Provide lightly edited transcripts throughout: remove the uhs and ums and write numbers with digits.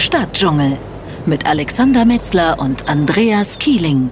Stadtdschungel mit Alexander Metzler und Andreas Kieling.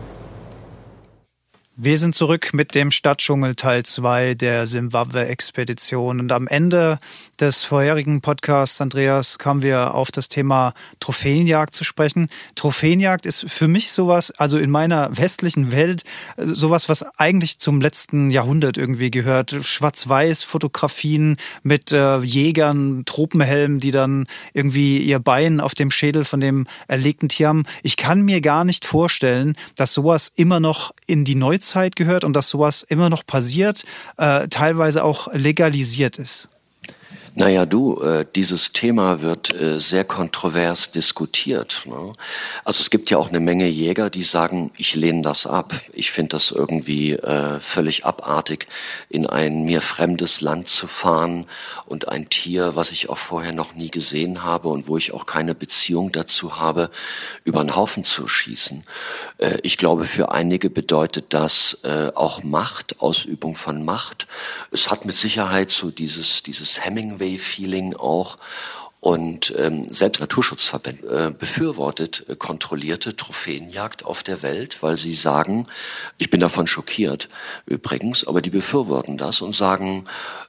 Wir sind zurück mit dem Stadtdschungel Teil 2 der Simbabwe-Expedition. Und am Ende des vorherigen Podcasts, Andreas, kamen wir auf das Thema Trophäenjagd zu sprechen. Trophäenjagd ist für mich sowas, also in meiner westlichen Welt, sowas, was eigentlich zum letzten Jahrhundert irgendwie gehört. Schwarz-Weiß-Fotografien mit Jägern, Tropenhelmen, die dann irgendwie ihr Bein auf dem Schädel von dem erlegten Tier haben. Ich kann mir gar nicht vorstellen, dass sowas immer noch in die Neuzeit gehört und dass sowas immer noch passiert, teilweise auch legalisiert ist. Naja, dieses Thema wird sehr kontrovers diskutiert. Ne? Also es gibt ja auch eine Menge Jäger, die sagen, ich lehne das ab. Ich finde das irgendwie völlig abartig, in ein mir fremdes Land zu fahren und ein Tier, was ich auch vorher noch nie gesehen habe und wo ich auch keine Beziehung dazu habe, über den Haufen zu schießen. Ich glaube, für einige bedeutet das auch Macht, Ausübung von Macht. Es hat mit Sicherheit so dieses Hemingway-Feeling auch. Und selbst Naturschutzverbände befürwortet kontrollierte Trophäenjagd auf der Welt, weil sie sagen, ich bin davon schockiert übrigens, aber die befürworten das und sagen,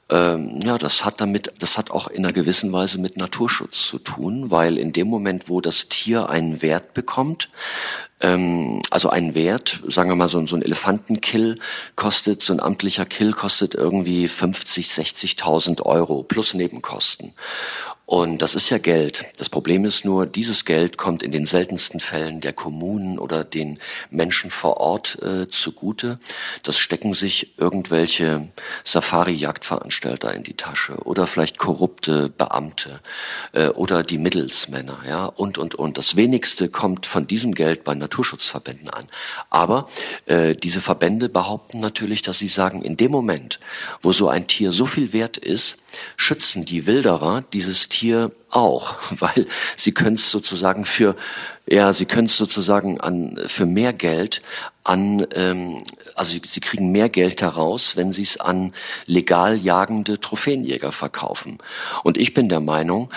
das hat auch in einer gewissen Weise mit Naturschutz zu tun, weil in dem Moment, wo das Tier einen Wert bekommt, also ein Wert, sagen wir mal, so ein Elefantenkill kostet, so ein amtlicher Kill kostet irgendwie 50.000, 60.000 Euro plus Nebenkosten. Und das ist ja Geld. Das Problem ist nur, dieses Geld kommt in den seltensten Fällen der Kommunen oder den Menschen vor Ort zugute. Das stecken sich irgendwelche Safari-Jagdveranstalter in die Tasche oder vielleicht korrupte Beamte oder die Mittelsmänner, ja, und. Das Wenigste kommt von diesem Geld bei Naturschutzverbänden an. Aber diese Verbände behaupten natürlich, dass sie sagen, in dem Moment, wo so ein Tier so viel wert ist, schützen die Wilderer dieses Tier auch, weil sie können es sozusagen für mehr Geld also sie kriegen mehr Geld heraus, wenn sie es an legal jagende Trophäenjäger verkaufen. Und ich bin der Meinung,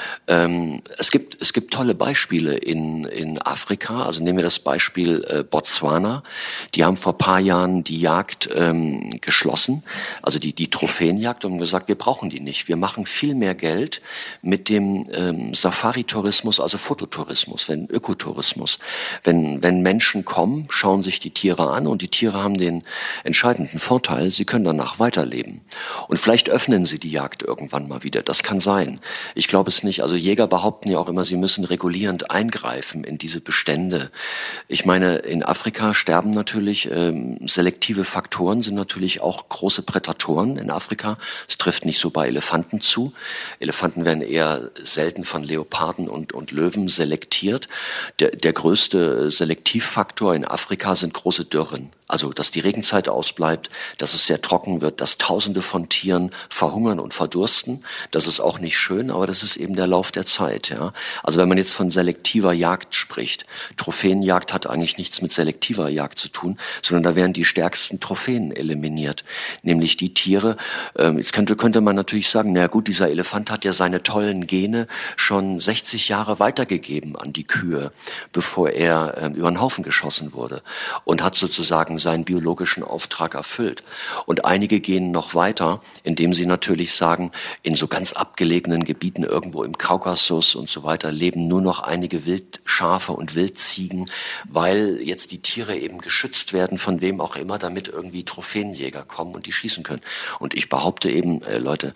es gibt tolle Beispiele in Afrika. Also nehmen wir das Beispiel Botswana. Die haben vor paar Jahren die Jagd geschlossen, also die Trophäenjagd, und haben gesagt, wir brauchen die nicht. Wir machen viel mehr Geld mit dem Safari-Tourismus, also Fototourismus, Ökotourismus. Wenn Menschen kommen, schauen sich die Tiere an und die Tiere haben den entscheidenden Vorteil, sie können danach weiterleben. Und vielleicht öffnen sie die Jagd irgendwann mal wieder. Das kann sein. Ich glaube es nicht. Also Jäger behaupten ja auch immer, sie müssen regulierend eingreifen in diese Bestände. Ich meine, in Afrika sterben natürlich selektive Faktoren, sind natürlich auch große Prädatoren in Afrika. Es trifft nicht so bei Elefanten zu. Elefanten werden eher selten von Leoparden und Löwen selektiert. Der größte Selektivfaktor in Afrika sind große Dürren. Also, dass die Regenzeit ausbleibt, dass es sehr trocken wird, dass Tausende von Tieren verhungern und verdursten. Das ist auch nicht schön, aber das ist eben der Lauf der Zeit, ja. Also, wenn man jetzt von selektiver Jagd spricht, Trophäenjagd hat eigentlich nichts mit selektiver Jagd zu tun, sondern da werden die stärksten Trophäen eliminiert. Nämlich die Tiere, jetzt könnte man natürlich sagen, na gut, dieser Elefant hat ja seine tollen Gene schon 60 Jahre weitergegeben an die Kühe, bevor er über den Haufen geschossen wurde und hat sozusagen seinen biologischen Auftrag erfüllt. Und einige gehen noch weiter, indem sie natürlich sagen, in so ganz abgelegenen Gebieten irgendwo im Kaukasus und so weiter leben nur noch einige Wildschafe und Wildziegen, weil jetzt die Tiere eben geschützt werden von wem auch immer, damit irgendwie Trophäenjäger kommen und die schießen können. Und ich behaupte eben, Leute,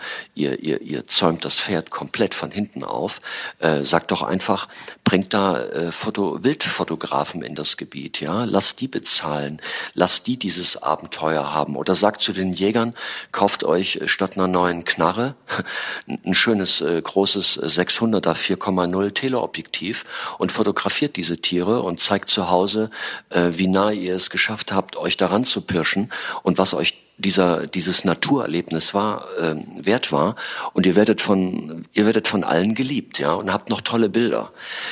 ihr zäumt das Pferd komplett von hinten auf. Sagt doch einfach, bringt da Wildfotografen in das Gebiet, ja, lasst die bezahlen, lasst die dieses Abenteuer haben. Oder sagt zu den Jägern, kauft euch statt einer neuen Knarre ein schönes, großes 600er 4,0 Teleobjektiv und fotografiert diese Tiere und zeigt zu Hause, wie nah ihr es geschafft habt, euch daran zu pirschen und was euch dieses Naturerlebnis wert war, und ihr werdet von allen geliebt, ja, und habt noch tolle Bilder.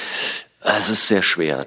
Es ist sehr schwer.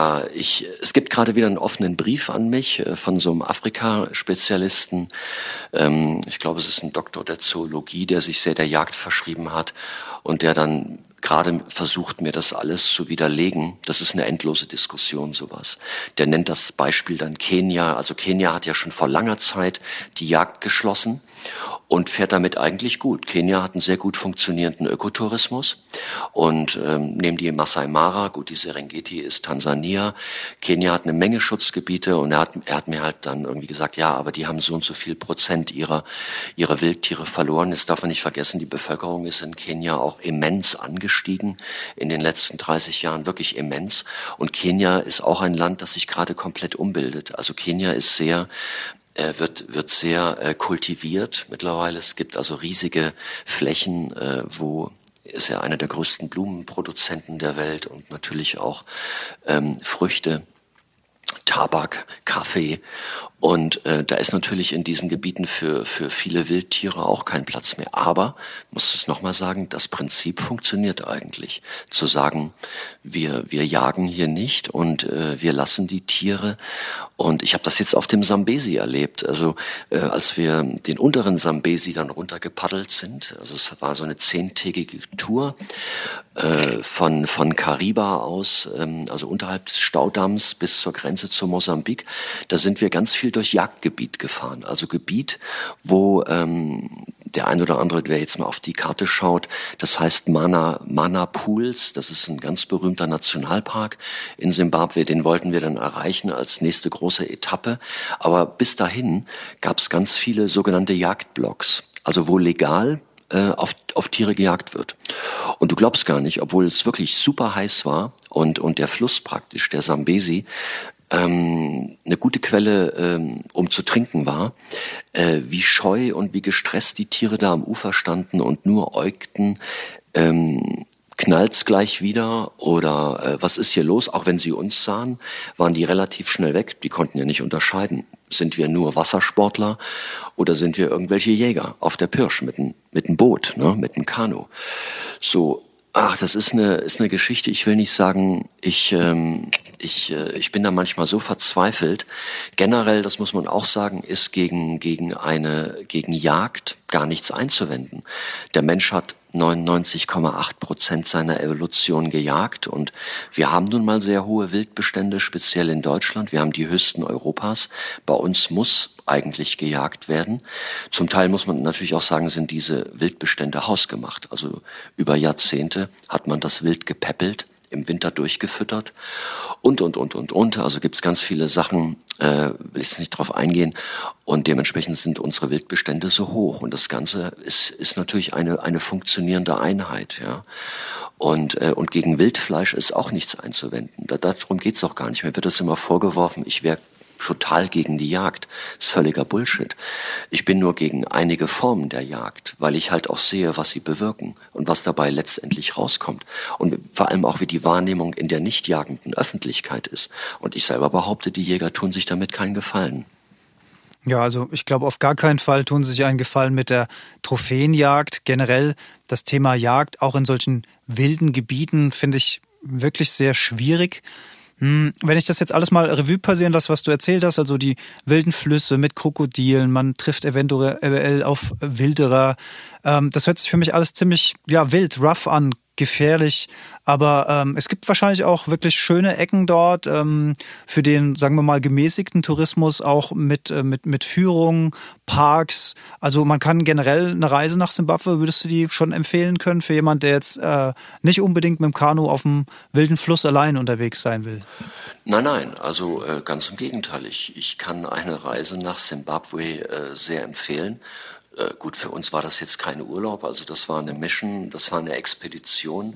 Es gibt gerade wieder einen offenen Brief an mich von so einem Afrika-Spezialisten. Ich glaube, es ist ein Doktor der Zoologie, der sich sehr der Jagd verschrieben hat und der dann gerade versucht, mir das alles zu widerlegen. Das ist eine endlose Diskussion, sowas. Der nennt das Beispiel dann Kenia. Also Kenia hat ja schon vor langer Zeit die Jagd geschlossen und fährt damit eigentlich gut. Kenia hat einen sehr gut funktionierenden Ökotourismus und neben die Masai Mara, gut, die Serengeti ist Tansania. Kenia hat eine Menge Schutzgebiete und er hat mir halt dann irgendwie gesagt, ja, aber die haben so und so viel Prozent ihrer Wildtiere verloren. Das darf man nicht vergessen, die Bevölkerung ist in Kenia auch immens angestiegen in den letzten 30 Jahren, wirklich immens. Und Kenia ist auch ein Land, das sich gerade komplett umbildet. Also Kenia ist wird sehr kultiviert mittlerweile. Es gibt also riesige Flächen, wo ist ja einer der größten Blumenproduzenten der Welt und natürlich auch Früchte, Tabak, Kaffee. Und da ist natürlich in diesen Gebieten für viele Wildtiere auch kein Platz mehr. Aber, muss es nochmal sagen, das Prinzip funktioniert eigentlich. Zu sagen, wir jagen hier nicht und wir lassen die Tiere. Und ich habe das jetzt auf dem Sambesi erlebt. Also als wir den unteren Sambesi dann runtergepaddelt sind, also es war so eine 10-tägige Tour von Kariba aus, also unterhalb des Staudamms bis zur Grenze zu Mosambik. Da sind wir ganz viel durch Jagdgebiet gefahren. Also Gebiet, wo der ein oder andere, wer jetzt mal auf die Karte schaut, das heißt Mana Pools, das ist ein ganz berühmter Nationalpark in Simbabwe, den wollten wir dann erreichen als nächste große Etappe. Aber bis dahin gab es ganz viele sogenannte Jagdblocks, also wo legal auf Tiere gejagt wird. Und du glaubst gar nicht, obwohl es wirklich super heiß war und der Fluss praktisch, der Sambesi, eine gute Quelle, um zu trinken war, wie scheu und wie gestresst die Tiere da am Ufer standen und nur äugten, knallt's gleich wieder oder was ist hier los? Auch wenn sie uns sahen, waren die relativ schnell weg. Die konnten ja nicht unterscheiden. Sind wir nur Wassersportler oder sind wir irgendwelche Jäger auf der Pirsch mit einem Boot, ne, mit einem Kanu? So, das ist eine Geschichte. Ich will nicht sagen, ich bin da manchmal so verzweifelt. Generell, das muss man auch sagen, ist gegen Jagd gar nichts einzuwenden. Der Mensch hat 99,8% seiner Evolution gejagt und wir haben nun mal sehr hohe Wildbestände, speziell in Deutschland. Wir haben die höchsten Europas. Bei uns muss eigentlich gejagt werden. Zum Teil muss man natürlich auch sagen, sind diese Wildbestände hausgemacht. Also über Jahrzehnte hat man das Wild gepäppelt, im Winter durchgefüttert und. Also gibt's ganz viele Sachen, will ich jetzt nicht drauf eingehen. Und dementsprechend sind unsere Wildbestände so hoch. Und das Ganze ist natürlich eine funktionierende Einheit, ja. Und gegen Wildfleisch ist auch nichts einzuwenden. Darum geht's auch gar nicht. Mir wird das immer vorgeworfen, ich wäre total gegen die Jagd. Das ist völliger Bullshit. Ich bin nur gegen einige Formen der Jagd, weil ich halt auch sehe, was sie bewirken und was dabei letztendlich rauskommt. Und vor allem auch, wie die Wahrnehmung in der nicht jagenden Öffentlichkeit ist. Und ich selber behaupte, die Jäger tun sich damit keinen Gefallen. Ja, also ich glaube, auf gar keinen Fall tun sie sich einen Gefallen mit der Trophäenjagd. Generell das Thema Jagd, auch in solchen wilden Gebieten, finde ich wirklich sehr schwierig. Wenn ich das jetzt alles mal Revue passieren lasse, was du erzählt hast, also die wilden Flüsse mit Krokodilen, man trifft eventuell auf Wilderer, das hört sich für mich alles ziemlich wild, rough an, gefährlich, aber es gibt wahrscheinlich auch wirklich schöne Ecken dort für den, sagen wir mal, gemäßigten Tourismus, auch mit Führungen, Parks. Also man kann generell eine Reise nach Simbabwe, würdest du die schon empfehlen können für jemand, der jetzt nicht unbedingt mit dem Kanu auf dem wilden Fluss allein unterwegs sein will? Nein, also ganz im Gegenteil. Ich kann eine Reise nach Simbabwe sehr empfehlen. Gut, für uns war das jetzt kein Urlaub, also das war eine Mission, das war eine Expedition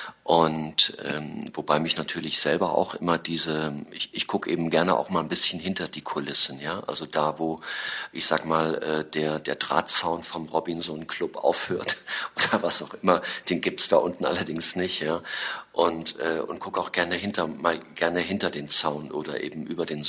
und wobei mich natürlich selber auch immer ich gucke eben gerne auch mal ein bisschen hinter die Kulissen, ja, also da, wo, ich sag mal, der Drahtzaun vom Robinson Club aufhört oder was auch immer, den gibt's da unten allerdings nicht, ja, und guck auch gerne hinter den Zaun oder eben über den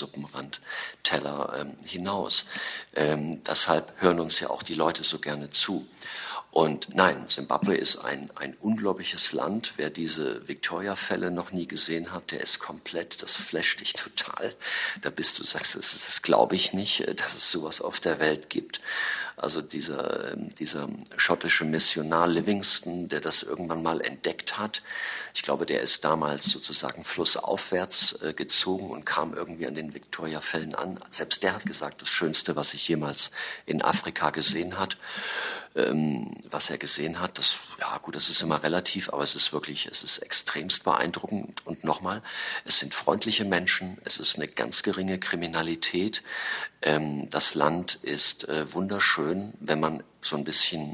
Suppenrandteller hinaus. Deshalb hören uns ja auch die Leute so gerne zu. Und nein, Simbabwe ist ein unglaubliches Land. Wer diese Victoria-Fälle noch nie gesehen hat, der ist komplett, das flasht dich total. Da sagst, das glaube ich nicht, dass es sowas auf der Welt gibt. Also dieser schottische Missionar Livingstone, der das irgendwann mal entdeckt hat, ich glaube, der ist damals sozusagen flussaufwärts gezogen und kam irgendwie an den Victoria-Fällen an. Selbst der hat gesagt, das Schönste, was ich jemals in Afrika gesehen hat. Was er gesehen hat, das ist immer relativ, aber es ist extremst beeindruckend. Und nochmal, es sind freundliche Menschen, es ist eine ganz geringe Kriminalität. Das Land ist wunderschön, wenn man so ein bisschen,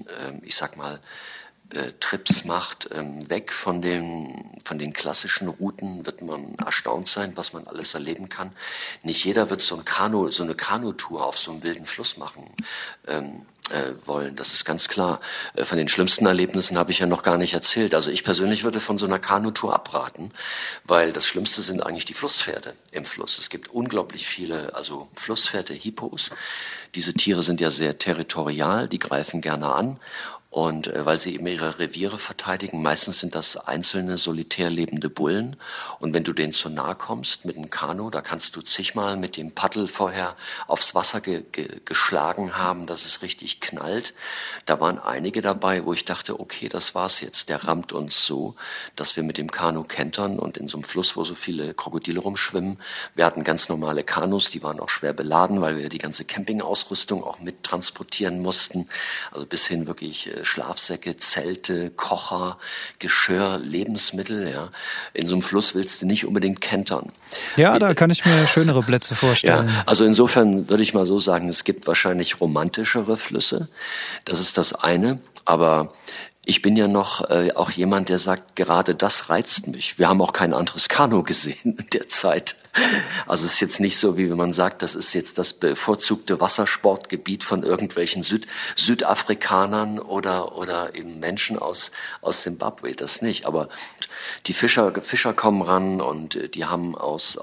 Trips macht, weg von den klassischen Routen, wird man erstaunt sein, was man alles erleben kann. Nicht jeder wird so eine Kanutour auf so einem wilden Fluss machen wollen, das ist ganz klar. Von den schlimmsten Erlebnissen habe ich ja noch gar nicht erzählt. Also ich persönlich würde von so einer Kanutour abraten, weil das Schlimmste sind eigentlich die Flusspferde im Fluss. Es gibt unglaublich viele, also Flusspferde, Hippos. Diese Tiere sind ja sehr territorial, die greifen gerne an. Und weil sie eben ihre Reviere verteidigen, meistens sind das einzelne solitär lebende Bullen. Und wenn du denen zu nahe kommst mit einem Kanu, da kannst du zigmal mit dem Paddel vorher aufs Wasser geschlagen haben, dass es richtig knallt. Da waren einige dabei, wo ich dachte, okay, das war's jetzt. Der rammt uns so, dass wir mit dem Kanu kentern und in so einem Fluss, wo so viele Krokodile rumschwimmen. Wir hatten ganz normale Kanus, die waren auch schwer beladen, weil wir die ganze Campingausrüstung auch mit transportieren mussten. Also bis hin wirklich Schlafsäcke, Zelte, Kocher, Geschirr, Lebensmittel, ja. In so einem Fluss willst du nicht unbedingt kentern. Ja, da kann ich mir schönere Plätze vorstellen. Ja, also insofern würde ich mal so sagen, es gibt wahrscheinlich romantischere Flüsse. Das ist das eine. Aber ich bin ja noch auch jemand, der sagt, gerade das reizt mich. Wir haben auch kein anderes Kanu gesehen in der Zeit. Also es ist jetzt nicht so, wie wenn man sagt, das ist jetzt das bevorzugte Wassersportgebiet von irgendwelchen Südafrikanern oder eben Menschen aus Simbabwe, das nicht. Aber die Fischer kommen ran und die haben aus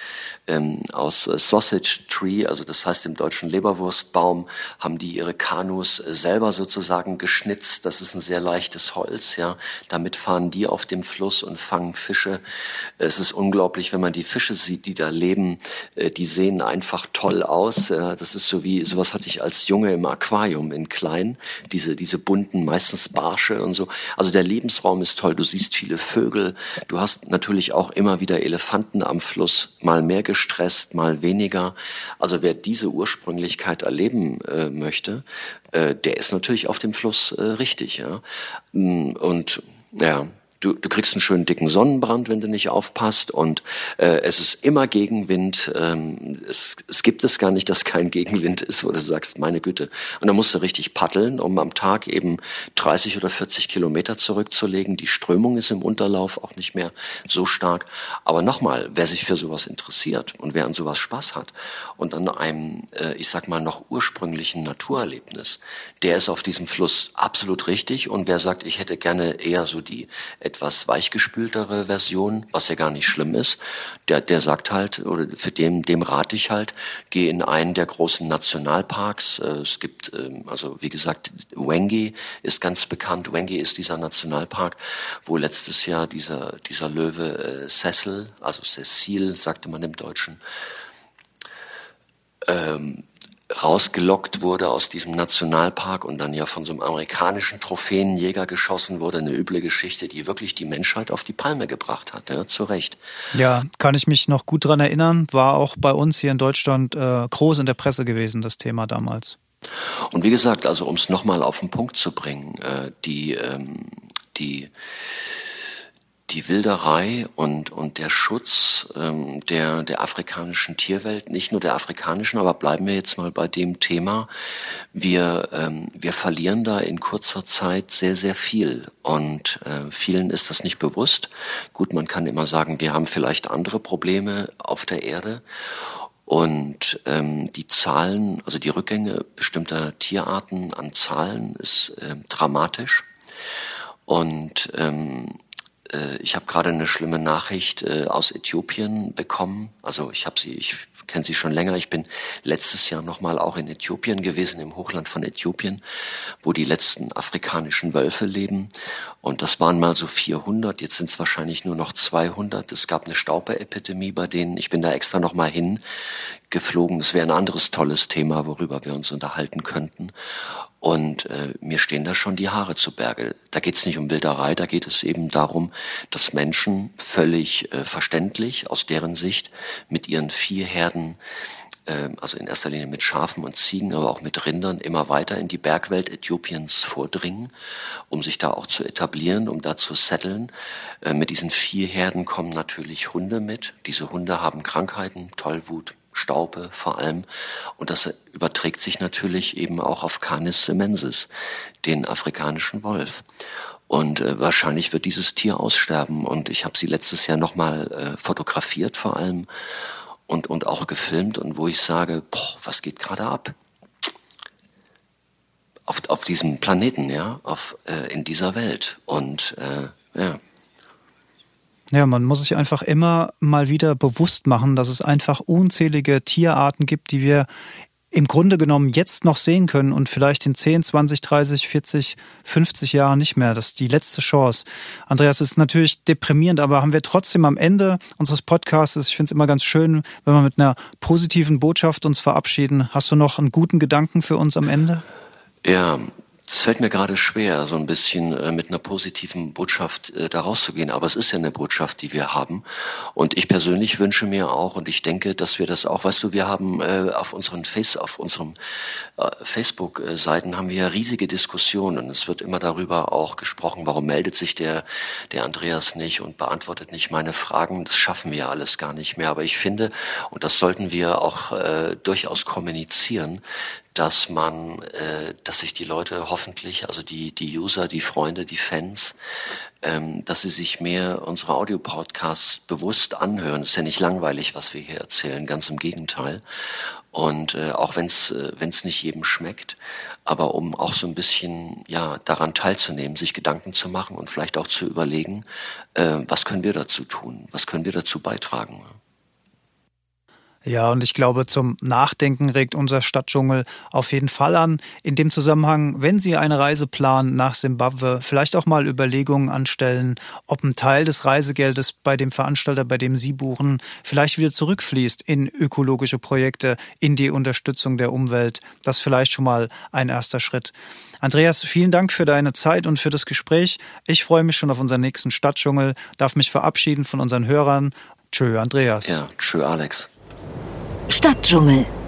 Sausage Tree, also das heißt im deutschen Leberwurstbaum, haben die ihre Kanus selber sozusagen geschnitzt. Das ist ein sehr leichtes Holz, ja. Damit fahren die auf dem Fluss und fangen Fische. Es ist unglaublich, wenn man die Fische sieht, die da leben. Die sehen einfach toll aus. Ja. Das ist sowas hatte ich als Junge im Aquarium in klein. Diese bunten, meistens Barsche und so. Also der Lebensraum ist toll. Du siehst viele Vögel. Du hast natürlich auch immer wieder Elefanten am Fluss. Mal mehr gestresst, mal weniger. Also wer diese Ursprünglichkeit erleben möchte, der ist natürlich auf dem Fluss richtig, ja. Und ja, du kriegst einen schönen dicken Sonnenbrand, wenn du nicht aufpasst, und es ist immer Gegenwind. Es gibt es gar nicht, dass kein Gegenwind ist, wo du sagst, meine Güte. Und da musst du richtig paddeln, um am Tag eben 30 oder 40 Kilometer zurückzulegen. Die Strömung ist im Unterlauf auch nicht mehr so stark. Aber nochmal, wer sich für sowas interessiert und wer an sowas Spaß hat und an einem, noch ursprünglichen Naturerlebnis, der ist auf diesem Fluss absolut richtig. Und wer sagt, ich hätte gerne eher so die etwas weichgespültere Version, was ja gar nicht schlimm ist, der sagt halt, oder für dem rate ich halt, geh in einen der großen Nationalparks. Es gibt, wie gesagt, Hwange ist ganz bekannt. Hwange ist dieser Nationalpark, wo letztes Jahr dieser Löwe Cecil, also Cecil, sagte man im Deutschen, rausgelockt wurde aus diesem Nationalpark und dann ja von so einem amerikanischen Trophäenjäger geschossen wurde. Eine üble Geschichte, die wirklich die Menschheit auf die Palme gebracht hat, ja, zu Recht. Ja, kann ich mich noch gut dran erinnern. War auch bei uns hier in Deutschland groß in der Presse gewesen, das Thema damals. Und wie gesagt, also um es nochmal auf den Punkt zu bringen, die Wilderei und der Schutz der afrikanischen Tierwelt, nicht nur der afrikanischen, aber bleiben wir jetzt mal bei dem Thema. Wir verlieren da in kurzer Zeit sehr, sehr viel und vielen ist das nicht bewusst. Gut, man kann immer sagen, wir haben vielleicht andere Probleme auf der Erde. Und die Zahlen, also die Rückgänge bestimmter Tierarten an Zahlen ist dramatisch. Und ich habe gerade eine schlimme Nachricht aus Äthiopien bekommen. Also ich kenne sie schon länger. Ich bin letztes Jahr nochmal auch in Äthiopien gewesen, im Hochland von Äthiopien, wo die letzten afrikanischen Wölfe leben. Und das waren mal so 400, jetzt sind es wahrscheinlich nur noch 200. Es gab eine Staubeepidemie bei denen. Ich bin da extra nochmal hingeflogen. Das wäre ein anderes tolles Thema, worüber wir uns unterhalten könnten. Und mir stehen da schon die Haare zu Berge. Da geht es nicht um Wilderei, da geht es eben darum, dass Menschen völlig verständlich aus deren Sicht mit ihren Viehherden, also in erster Linie mit Schafen und Ziegen, aber auch mit Rindern, immer weiter in die Bergwelt Äthiopiens vordringen, um sich da auch zu etablieren, um da zu setteln. Mit diesen Viehherden kommen natürlich Hunde mit. Diese Hunde haben Krankheiten, Tollwut, Staupe vor allem. Und das überträgt sich natürlich eben auch auf Canis semensis, den afrikanischen Wolf. Und wahrscheinlich wird dieses Tier aussterben. Und ich habe sie letztes Jahr nochmal fotografiert vor allem und auch gefilmt. Und wo ich sage, was geht gerade ab? Auf diesem Planeten, ja, in dieser Welt. Und ja. Ja, man muss sich einfach immer mal wieder bewusst machen, dass es einfach unzählige Tierarten gibt, die wir im Grunde genommen jetzt noch sehen können und vielleicht in 10, 20, 30, 40, 50 Jahren nicht mehr. Das ist die letzte Chance. Andreas, es ist natürlich deprimierend, aber haben wir trotzdem am Ende unseres Podcasts, ich finde es immer ganz schön, wenn wir mit einer positiven Botschaft uns verabschieden. Hast du noch einen guten Gedanken für uns am Ende? Ja, es fällt mir gerade schwer, so ein bisschen mit einer positiven Botschaft da rauszugehen. Aber es ist ja eine Botschaft, die wir haben. Und ich persönlich wünsche mir auch, und ich denke, dass wir das auch, weißt du, wir haben auf unseren Facebook-Seiten haben wir ja riesige Diskussionen. Und es wird immer darüber auch gesprochen, warum meldet sich der Andreas nicht und beantwortet nicht meine Fragen. Das schaffen wir ja alles gar nicht mehr. Aber ich finde, und das sollten wir auch durchaus kommunizieren, dass sich die Leute hoffentlich, also die User, die Freunde, die Fans, dass sie sich mehr unsere Audio-Podcasts bewusst anhören. Es ist ja nicht langweilig, was wir hier erzählen, ganz im Gegenteil. Und auch wenn es nicht jedem schmeckt, aber um auch so ein bisschen daran teilzunehmen, sich Gedanken zu machen und vielleicht auch zu überlegen, was können wir dazu tun, was können wir dazu beitragen. Ja, und ich glaube, zum Nachdenken regt unser Stadtdschungel auf jeden Fall an. In dem Zusammenhang, wenn Sie eine Reise planen nach Simbabwe, vielleicht auch mal Überlegungen anstellen, ob ein Teil des Reisegeldes bei dem Veranstalter, bei dem Sie buchen, vielleicht wieder zurückfließt in ökologische Projekte, in die Unterstützung der Umwelt. Das ist vielleicht schon mal ein erster Schritt. Andreas, vielen Dank für deine Zeit und für das Gespräch. Ich freue mich schon auf unseren nächsten Stadtdschungel, darf mich verabschieden von unseren Hörern. Tschö, Andreas. Ja, tschö, Alex. Stadtdschungel.